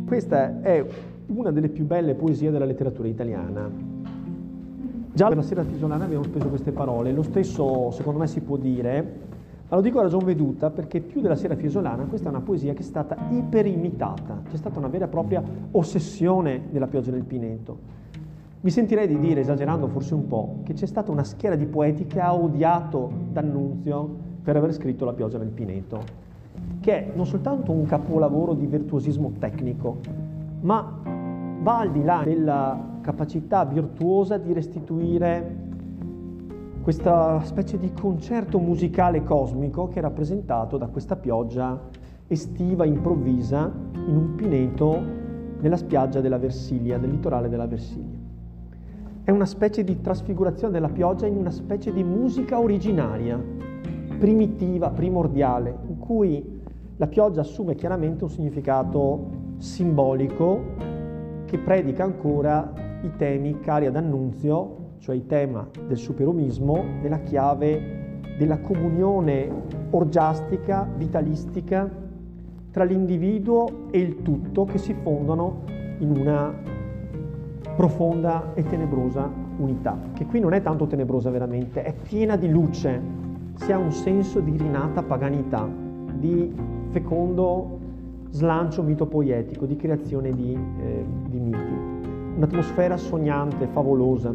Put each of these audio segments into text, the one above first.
Questa è una delle più belle poesie della letteratura italiana. Già per la Sera Fiesolana abbiamo speso queste parole, lo stesso secondo me si può dire, ma lo dico a ragion veduta perché più della Sera Fiesolana questa è una poesia che è stata iperimitata, c'è stata una vera e propria ossessione della Pioggia nel Pineto. Mi sentirei di dire, esagerando forse un po', che c'è stata una schiera di poeti che ha odiato D'Annunzio per aver scritto La Pioggia nel Pineto, che è non soltanto un capolavoro di virtuosismo tecnico, ma va al di là della capacità virtuosa di restituire questa specie di concerto musicale cosmico che è rappresentato da questa pioggia estiva improvvisa in un pineto nella spiaggia della Versilia, del litorale della Versilia. È una specie di trasfigurazione della pioggia in una specie di musica originaria, primitiva, primordiale, in cui la pioggia assume chiaramente un significato simbolico che predica ancora i temi cari ad D'Annunzio, cioè il tema del superuomismo, nella chiave della comunione orgiastica, vitalistica, tra l'individuo e il tutto che si fondono in una profonda e tenebrosa unità, che qui non è tanto tenebrosa veramente, è piena di luce, si ha un senso di rinata paganità, di fecondo slancio mitopoietico, di creazione di miti, un'atmosfera sognante, favolosa.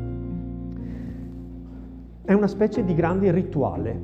È una specie di grande rituale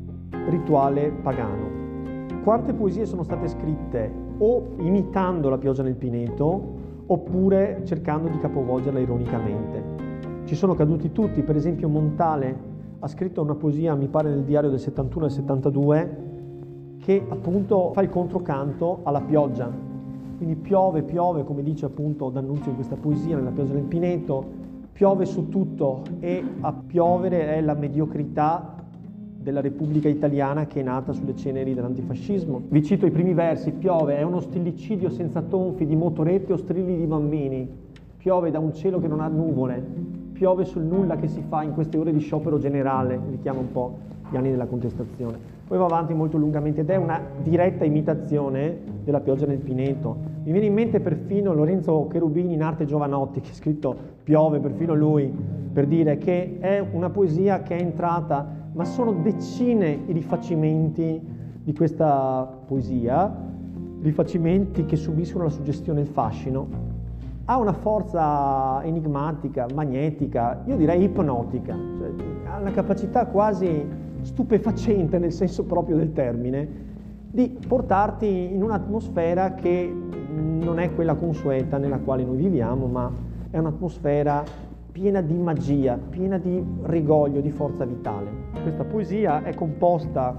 pagano. Quante poesie sono state scritte o imitando La Pioggia nel Pineto oppure cercando di capovolgerla ironicamente. Ci sono caduti tutti, per esempio Montale ha scritto una poesia, mi pare nel diario del 71 e del 72, che appunto fa il controcanto alla pioggia. Quindi piove, piove, come dice appunto D'Annunzio in questa poesia, nella Pioggia nel Pineto, piove su tutto e a piovere è la mediocrità della Repubblica Italiana che è nata sulle ceneri dell'antifascismo. Vi cito i primi versi: piove, è uno stillicidio senza tonfi di motorette o strilli di bambini, piove da un cielo che non ha nuvole, piove sul nulla che si fa in queste ore di sciopero generale, richiama un po' gli anni della contestazione. Poi va avanti molto lungamente ed è una diretta imitazione della Pioggia nel Pineto. Mi viene in mente perfino Lorenzo Cherubini in Arte Giovanotti, che ha scritto Piove, perfino lui, per dire che è una poesia che è entrata, ma sono decine i rifacimenti di questa poesia, rifacimenti che subiscono la suggestione e il fascino. Ha una forza enigmatica, magnetica, io direi ipnotica, cioè, ha una capacità quasi stupefacente nel senso proprio del termine, di portarti in un'atmosfera che non è quella consueta nella quale noi viviamo, ma è un'atmosfera piena di magia, piena di rigoglio, di forza vitale. Questa poesia è composta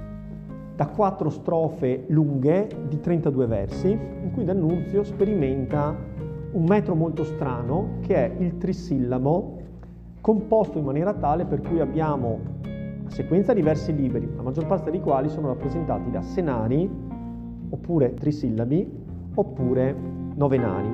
da 4 strofe lunghe di 32 versi, in cui D'Annunzio sperimenta un metro molto strano, che è il trisillabo, composto in maniera tale per cui abbiamo una sequenza di versi liberi, la maggior parte dei quali sono rappresentati da senari, oppure trisillabi, oppure novenari,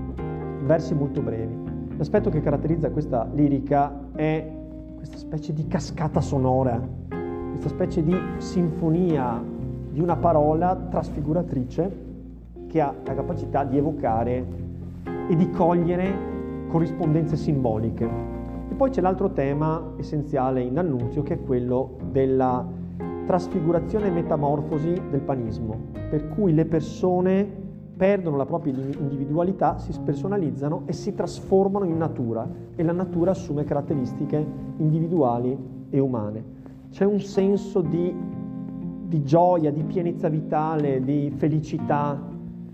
versi molto brevi. L'aspetto che caratterizza questa lirica è questa specie di cascata sonora, questa specie di sinfonia di una parola trasfiguratrice che ha la capacità di evocare e di cogliere corrispondenze simboliche. E poi c'è l'altro tema essenziale in D'Annunzio, che è quello della trasfigurazione e metamorfosi del panismo, per cui le persone perdono la propria individualità, si spersonalizzano e si trasformano in natura, e la natura assume caratteristiche individuali e umane. C'è un senso di gioia, di pienezza vitale, di felicità,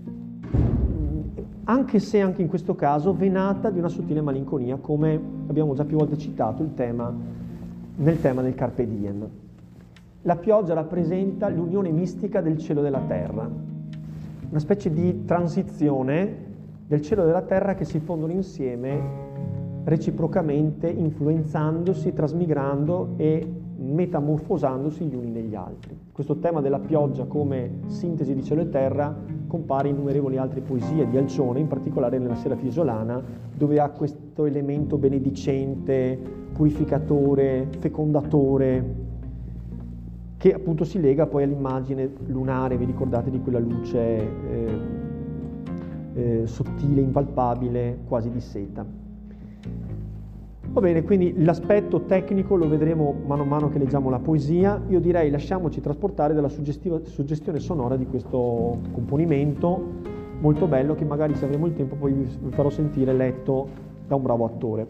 anche se anche in questo caso venata di una sottile malinconia, come abbiamo già più volte citato nel tema del Carpe Diem. La pioggia rappresenta l'unione mistica del cielo e della terra, una specie di transizione del cielo e della terra che si fondono insieme reciprocamente, influenzandosi, trasmigrando e metamorfosandosi gli uni negli altri. Questo tema della pioggia come sintesi di cielo e terra compare in innumerevoli altre poesie di Alcione, in particolare nella Sera Fiesolana, dove ha questo elemento benedicente, purificatore, fecondatore, che appunto si lega poi all'immagine lunare, vi ricordate, di quella luce sottile, impalpabile, quasi di seta. Va bene, quindi l'aspetto tecnico lo vedremo mano a mano che leggiamo la poesia. Io direi lasciamoci trasportare dalla suggestione sonora di questo componimento molto bello, che magari, se avremo il tempo, poi vi farò sentire letto da un bravo attore.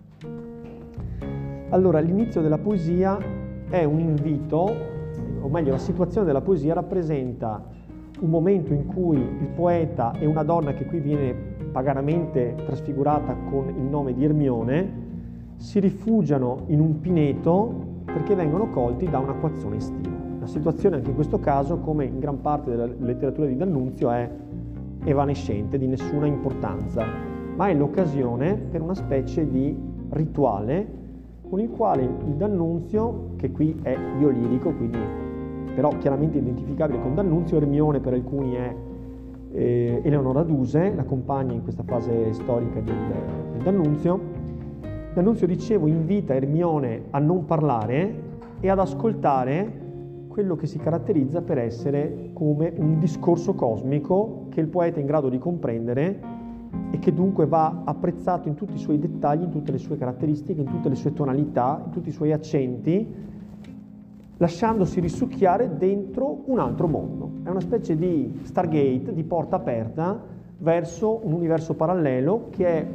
Allora, l'inizio della poesia è un invito, o meglio, la situazione della poesia rappresenta un momento in cui il poeta e una donna, che qui viene paganamente trasfigurata con il nome di Ermione, si rifugiano in un pineto perché vengono colti da un acquazzone estivo. La situazione anche in questo caso, come in gran parte della letteratura di D'Annunzio, è evanescente, di nessuna importanza, ma è l'occasione per una specie di rituale con il quale il D'Annunzio, che qui è io-lirico, quindi però chiaramente identificabile con D'Annunzio, Ermione per alcuni è Eleonora Duse, la compagna in questa fase storica del D'Annunzio. D'Annunzio, dicevo, invita Ermione a non parlare e ad ascoltare quello che si caratterizza per essere come un discorso cosmico che il poeta è in grado di comprendere e che dunque va apprezzato in tutti i suoi dettagli, in tutte le sue caratteristiche, in tutte le sue tonalità, in tutti i suoi accenti, lasciandosi risucchiare dentro un altro mondo. È una specie di Stargate, di porta aperta verso un universo parallelo che è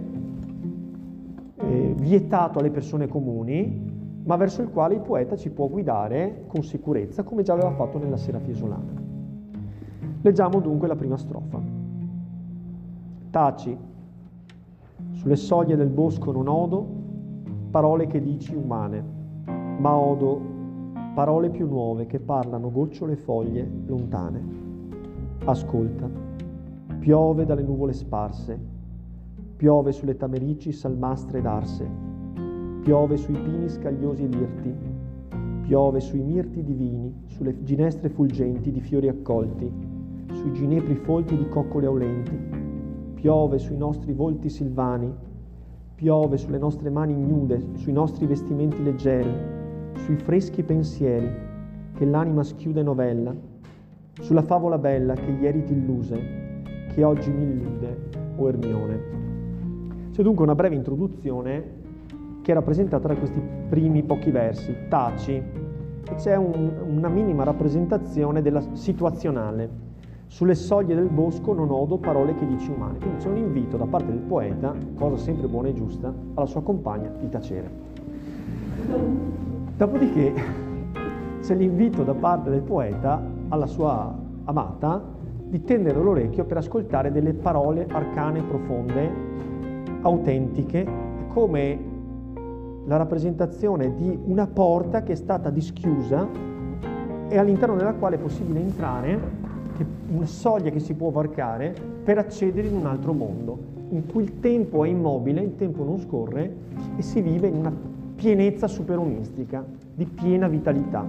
vietato alle persone comuni, ma verso il quale il poeta ci può guidare con sicurezza, come già aveva fatto nella Sera Fiesolana. Leggiamo dunque la prima strofa. Taci, sulle soglie del bosco non odo parole che dici umane, ma odo parole più nuove che parlano gocciole e foglie lontane. Ascolta, piove dalle nuvole sparse, piove sulle tamerici salmastre d'arse, piove sui pini scagliosi ed irti, piove sui mirti divini, sulle ginestre fulgenti di fiori accolti, sui ginepri folti di coccole aulenti, piove sui nostri volti silvani, piove sulle nostre mani ignude, sui nostri vestimenti leggeri, sui freschi pensieri che l'anima schiude novella, sulla favola bella che ieri ti illuse, che oggi mi illude, o Ermione. C'è dunque una breve introduzione che è rappresentata da questi primi pochi versi, taci, e c'è una minima rappresentazione della situazionale. Sulle soglie del bosco non odo parole che dici umane. Quindi c'è un invito da parte del poeta, cosa sempre buona e giusta, alla sua compagna di tacere. Dopodiché c'è l'invito da parte del poeta alla sua amata di tendere l'orecchio per ascoltare delle parole arcane, profonde, autentiche, come la rappresentazione di una porta che è stata dischiusa e all'interno della quale è possibile entrare, una soglia che si può varcare per accedere in un altro mondo, in cui il tempo è immobile, il tempo non scorre e si vive in una pienezza superonistica, di piena vitalità.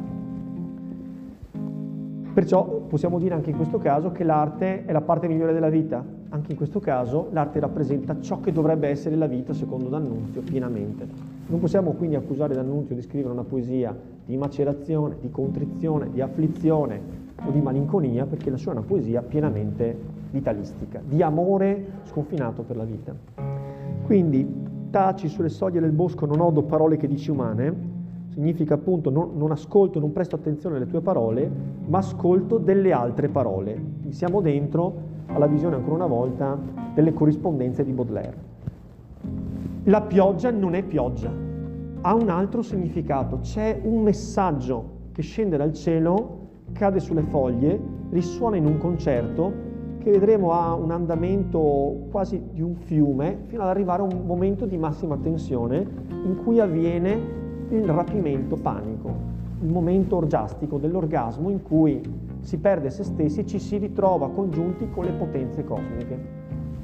Perciò possiamo dire anche in questo caso che l'arte è la parte migliore della vita. Anche in questo caso l'arte rappresenta ciò che dovrebbe essere la vita secondo D'Annunzio, pienamente. Non possiamo quindi accusare D'Annunzio di scrivere una poesia di macerazione, di contrizione, di afflizione o di malinconia, perché la sua è una poesia pienamente vitalistica, di amore sconfinato per la vita. Quindi, taci sulle soglie del bosco, non odo parole che dici umane, significa appunto non ascolto, non presto attenzione alle tue parole, ma ascolto delle altre parole. Siamo dentro alla visione, ancora una volta, delle corrispondenze di Baudelaire. La pioggia non è pioggia, ha un altro significato, c'è un messaggio che scende dal cielo, cade sulle foglie, risuona in un concerto che vedremo ha un andamento quasi di un fiume fino ad arrivare a un momento di massima tensione in cui avviene il rapimento panico, il momento orgiastico dell'orgasmo in cui si perde se stessi e ci si ritrova congiunti con le potenze cosmiche.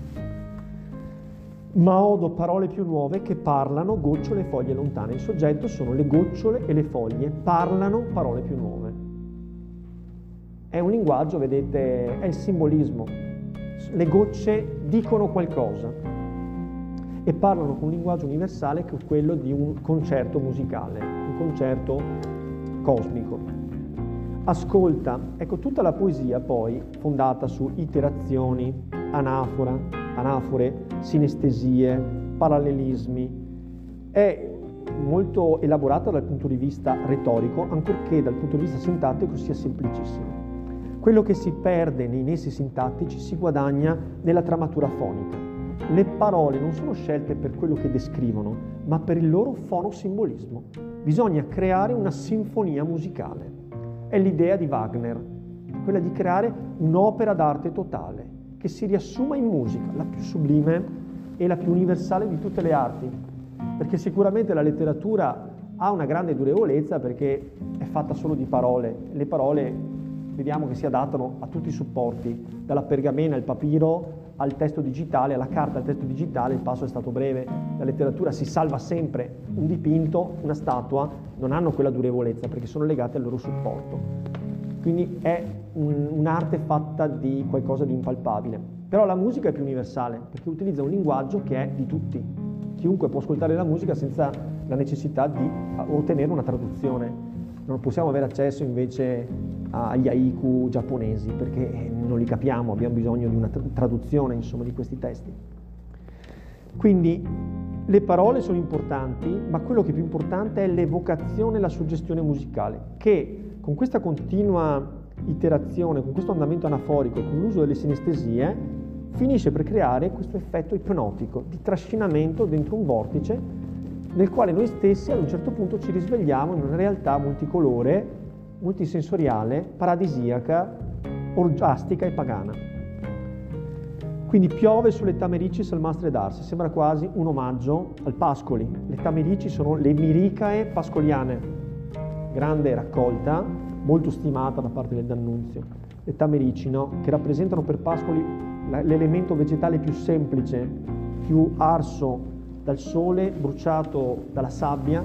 Ma odo parole più nuove che parlano gocciole e foglie lontane. Il soggetto sono le gocciole e le foglie, parlano parole più nuove. È un linguaggio, vedete, è il simbolismo. Le gocce dicono qualcosa e parlano con un linguaggio universale che è quello di un concerto musicale, un concerto cosmico. Ascolta, ecco, tutta la poesia poi, fondata su iterazioni, anafore, sinestesie, parallelismi. È molto elaborata dal punto di vista retorico, ancorché dal punto di vista sintattico sia semplicissimo. Quello che si perde nei nessi sintattici si guadagna nella tramatura fonica. Le parole non sono scelte per quello che descrivono, ma per il loro fonosimbolismo. Bisogna creare una sinfonia musicale. È l'idea di Wagner, quella di creare un'opera d'arte totale, che si riassuma in musica, la più sublime e la più universale di tutte le arti. Perché sicuramente la letteratura ha una grande durevolezza perché è fatta solo di parole. Le parole vediamo che si adattano a tutti i supporti, dalla pergamena al papiro al testo digitale, alla carta al testo digitale, il passo è stato breve. La letteratura si salva sempre. Un dipinto, una statua non hanno quella durevolezza perché sono legate al loro supporto. Quindi è un'arte fatta di qualcosa di impalpabile. Però la musica è più universale perché utilizza un linguaggio che è di tutti. Chiunque può ascoltare la musica senza la necessità di ottenere una traduzione. Non possiamo avere accesso invece agli haiku giapponesi perché non li capiamo, abbiamo bisogno di una traduzione insomma di questi testi. Quindi le parole sono importanti, ma quello che è più importante è l'evocazione e la suggestione musicale, che con questa continua iterazione, con questo andamento anaforico, con l'uso delle sinestesie, finisce per creare questo effetto ipnotico di trascinamento dentro un vortice nel quale noi stessi ad un certo punto ci risvegliamo in una realtà multicolore, multisensoriale, paradisiaca, orgiastica e pagana. Quindi piove sulle tamerici salmastre d'Arsi, sembra quasi un omaggio al Pascoli. Le tamerici sono le miricae pascoliane, grande raccolta, molto stimata da parte del D'Annunzio. Le tamerici, no? Che rappresentano per Pascoli l'elemento vegetale più semplice, più arso dal sole, bruciato dalla sabbia,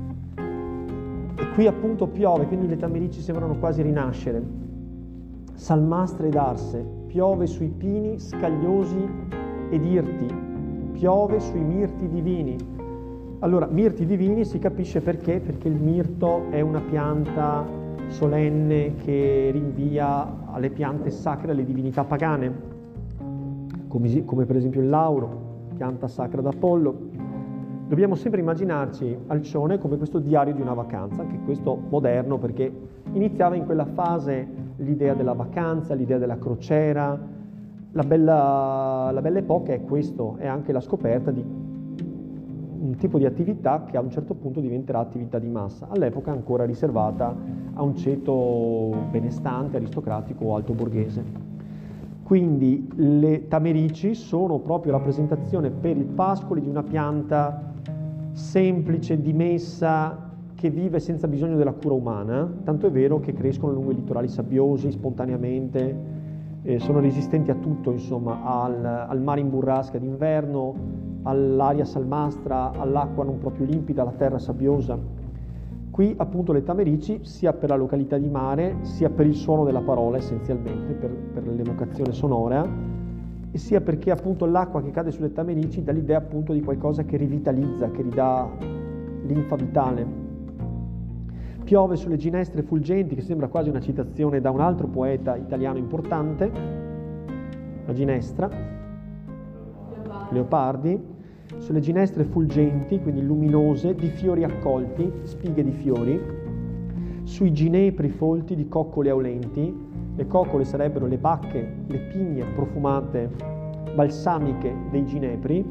e qui appunto piove, quindi le tamerici sembrano quasi rinascere. Salmastre d'Arse, piove sui pini scagliosi ed irti, piove sui mirti divini. Allora, mirti divini si capisce perché il mirto è una pianta solenne che rinvia alle piante sacre, alle divinità pagane, come per esempio il lauro, pianta sacra d'Apollo. Dobbiamo sempre immaginarci Alcione come questo diario di una vacanza, anche questo moderno, perché iniziava in quella fase l'idea della vacanza, l'idea della crociera. La bella epoca è questo, è anche la scoperta di un tipo di attività che a un certo punto diventerà attività di massa, all'epoca ancora riservata a un ceto benestante, aristocratico o alto borghese. Quindi le tamerici sono proprio rappresentazione per il Pascoli di una pianta semplice, dimessa, che vive senza bisogno della cura umana, tanto è vero che crescono lungo i litorali sabbiosi spontaneamente, sono resistenti a tutto, insomma, al mare in burrasca d'inverno, all'aria salmastra, all'acqua non proprio limpida, alla terra sabbiosa. Qui appunto le tamerici, sia per la località di mare, sia per il suono della parola essenzialmente, per l'evocazione sonora, e sia perché appunto l'acqua che cade sulle tamerici dà l'idea appunto di qualcosa che rivitalizza, che ridà linfa vitale. Piove sulle ginestre fulgenti, che sembra quasi una citazione da un altro poeta italiano importante, la ginestra, Leopardi, sulle ginestre fulgenti, quindi luminose, di fiori accolti, spighe di fiori, sui ginepri folti di coccole aulenti. Le coccole sarebbero le bacche, le pigne profumate, balsamiche dei ginepri.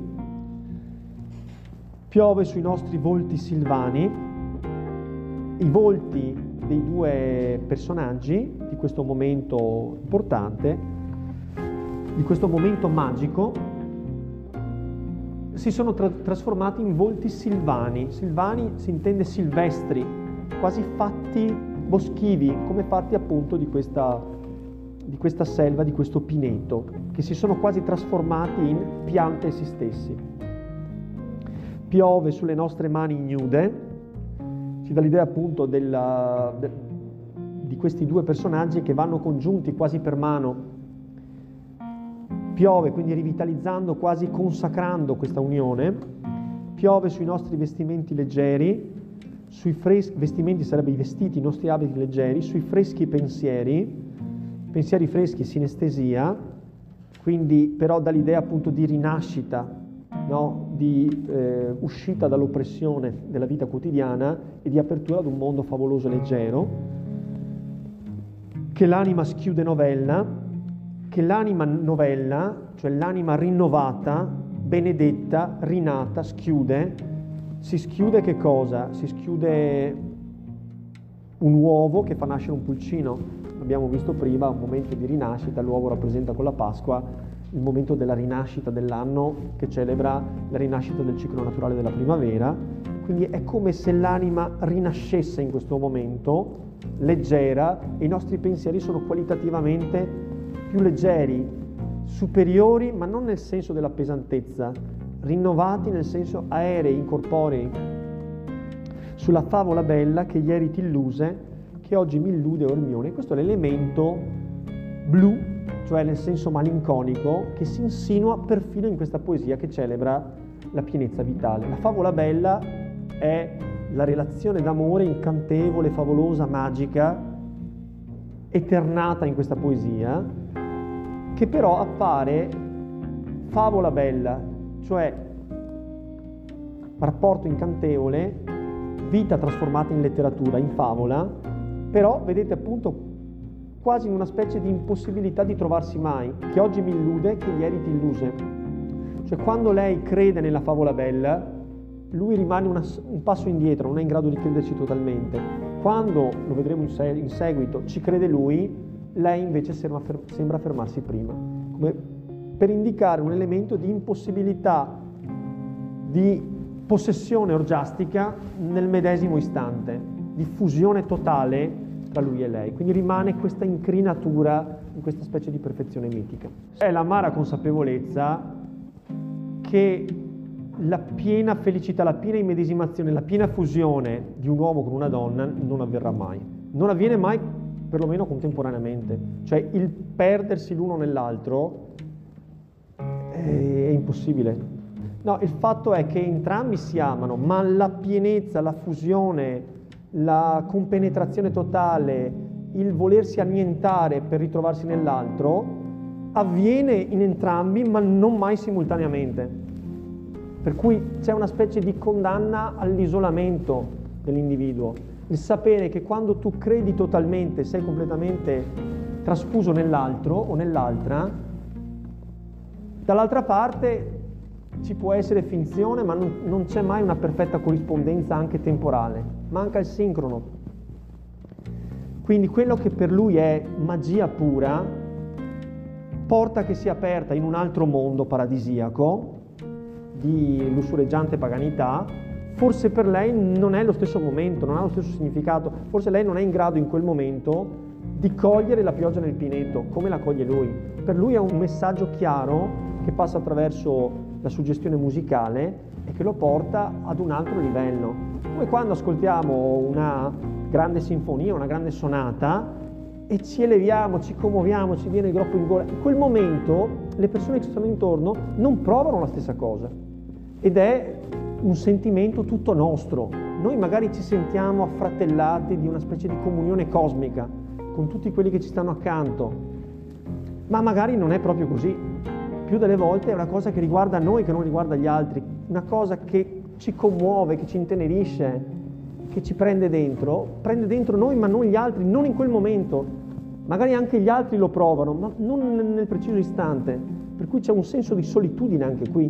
Piove sui nostri volti silvani, i volti dei due personaggi di questo momento importante, di questo momento magico, si sono trasformati in volti silvani. Silvani si intende silvestri, quasi fatti boschivi, come fatti appunto di questa selva, di questo pineto, che si sono quasi trasformati in piante essi stessi. Piove sulle nostre mani ignude, ci dà l'idea appunto di questi due personaggi che vanno congiunti quasi per mano. Piove, quindi rivitalizzando, quasi consacrando questa unione. Piove sui nostri vestimenti leggeri, sui freschi, vestimenti sarebbe i vestiti, i nostri abiti leggeri, sui freschi pensieri freschi, sinestesia, quindi però dall'idea appunto di rinascita, no? Di uscita dall'oppressione della vita quotidiana e di apertura ad un mondo favoloso e leggero, che l'anima schiude novella, che l'anima novella, cioè l'anima rinnovata, benedetta, rinata, schiude. Si schiude che cosa? Si schiude un uovo che fa nascere un pulcino. Abbiamo visto prima un momento di rinascita, l'uovo rappresenta con la Pasqua il momento della rinascita dell'anno che celebra la rinascita del ciclo naturale della primavera. Quindi è come se l'anima rinascesse in questo momento, leggera, e i nostri pensieri sono qualitativamente più leggeri, superiori, ma non nel senso della pesantezza, rinnovati nel senso aerei, incorporei. Sulla favola bella che ieri ti illuse, che oggi mi illude Ormione. Questo è l'elemento blu, cioè nel senso malinconico, che si insinua perfino in questa poesia che celebra la pienezza vitale. La favola bella è la relazione d'amore incantevole, favolosa, magica, eternata in questa poesia, che però appare favola bella, cioè rapporto incantevole, vita trasformata in letteratura, in favola, però vedete appunto quasi in una specie di impossibilità di trovarsi mai, che oggi mi illude, che ieri ti illuse. Cioè quando lei crede nella favola bella, lui rimane un passo indietro, non è in grado di crederci totalmente. Quando, lo vedremo in seguito, ci crede lui, lei invece sembra fermarsi prima, come per indicare un elemento di impossibilità di possessione orgiastica nel medesimo istante, di fusione totale tra lui e lei. Quindi rimane questa incrinatura in questa specie di perfezione mitica. È l'amara consapevolezza che la piena felicità, la piena immedesimazione, la piena fusione di un uomo con una donna non avverrà mai. Non avviene mai, perlomeno contemporaneamente. Cioè il perdersi l'uno nell'altro è impossibile. No, il fatto è che entrambi si amano, ma la pienezza, la fusione, la compenetrazione totale, il volersi annientare per ritrovarsi nell'altro, avviene in entrambi, ma non mai simultaneamente. Per cui c'è una specie di condanna all'isolamento dell'individuo. Il sapere che quando tu credi totalmente, sei completamente trasfuso nell'altro o nell'altra, dall'altra parte ci può essere finzione, ma non c'è mai una perfetta corrispondenza anche temporale, manca il sincrono. Quindi quello che per lui è magia pura porta che sia aperta in un altro mondo paradisiaco di lussureggiante paganità. Forse per lei non è lo stesso momento, non ha lo stesso significato, forse lei non è in grado in quel momento di cogliere la pioggia nel pineto come la coglie lui. Per lui è un messaggio chiaro che passa attraverso la suggestione musicale e che lo porta ad un altro livello. Come quando ascoltiamo una grande sinfonia, una grande sonata e ci eleviamo, ci commuoviamo, ci viene il groppo in gola. In quel momento le persone che ci stanno intorno non provano la stessa cosa ed è un sentimento tutto nostro. Noi magari ci sentiamo affratellati di una specie di comunione cosmica con tutti quelli che ci stanno accanto, ma magari non è proprio così. Più delle volte è una cosa che riguarda noi, che non riguarda gli altri, una cosa che ci commuove, che ci intenerisce, che ci prende dentro noi ma non gli altri, non in quel momento. Magari anche gli altri lo provano, ma non nel preciso istante, per cui c'è un senso di solitudine anche qui,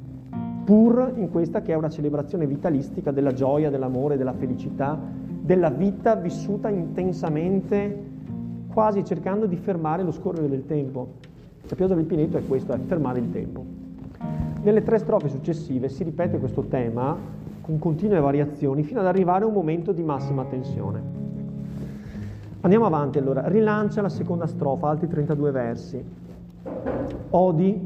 pur in questa che è una celebrazione vitalistica della gioia, dell'amore, della felicità, della vita vissuta intensamente, quasi cercando di fermare lo scorrere del tempo. La pioggia del pineto è questo, è fermare il tempo. Nelle 3 strofe successive si ripete questo tema con continue variazioni fino ad arrivare a un momento di massima tensione. Andiamo avanti allora, rilancia la seconda strofa, altri 32 versi. Odi,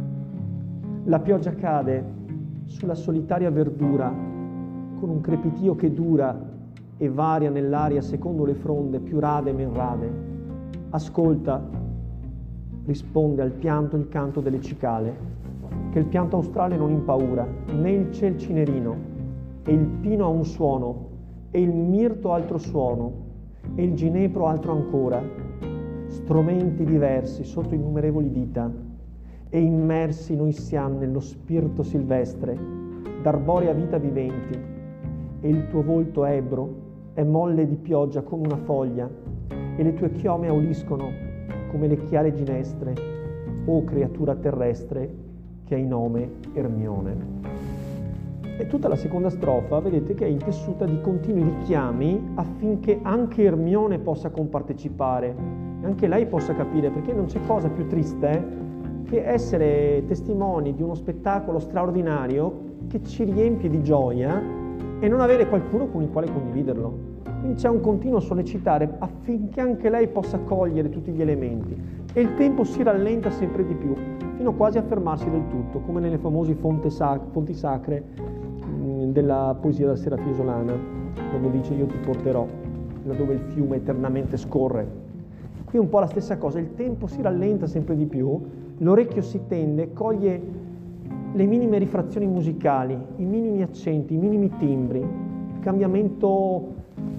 la pioggia cade sulla solitaria verdura con un crepitio che dura e varia nell'aria secondo le fronde più rade e men rade. Ascolta, risponde al pianto il canto delle cicale, che il pianto australe non impaura, né il celcinerino, e il pino ha un suono, e il mirto altro suono, e il ginepro altro ancora, strumenti diversi sotto innumerevoli dita, e immersi noi siamo nello spirito silvestre, d'arborea vita viventi, e il tuo volto ebbro è molle di pioggia come una foglia, e le tue chiome auliscono come le chiare ginestre, o creatura terrestre che hai nome Ermione. E tutta la seconda strofa vedete che è intessuta di continui richiami affinché anche Ermione possa compartecipare, anche lei possa capire, perché non c'è cosa più triste che essere testimoni di uno spettacolo straordinario che ci riempie di gioia e non avere qualcuno con il quale condividerlo. Quindi c'è un continuo sollecitare affinché anche lei possa cogliere tutti gli elementi, e il tempo si rallenta sempre di più, fino quasi a fermarsi del tutto, come nelle famose fonti sacre della poesia della Serafina Isolana, dove dice io ti porterò, laddove il fiume eternamente scorre. Qui è un po' la stessa cosa, il tempo si rallenta sempre di più, l'orecchio si tende, coglie le minime rifrazioni musicali, i minimi accenti, i minimi timbri, il cambiamento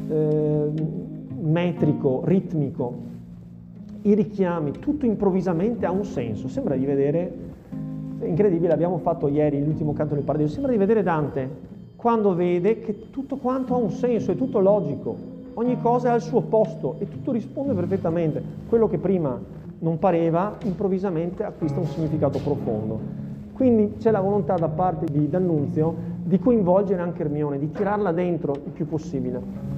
metrico, ritmico, i richiami, tutto improvvisamente ha un senso. Sembra di vedere, è incredibile, abbiamo fatto ieri l'ultimo canto del paradiso, sembra di vedere Dante quando vede che tutto quanto ha un senso, è tutto logico, ogni cosa è al suo posto e tutto risponde perfettamente. Quello che prima non pareva, improvvisamente acquista un significato profondo. Quindi c'è la volontà da parte di D'Annunzio di coinvolgere anche Ermione, di tirarla dentro il più possibile.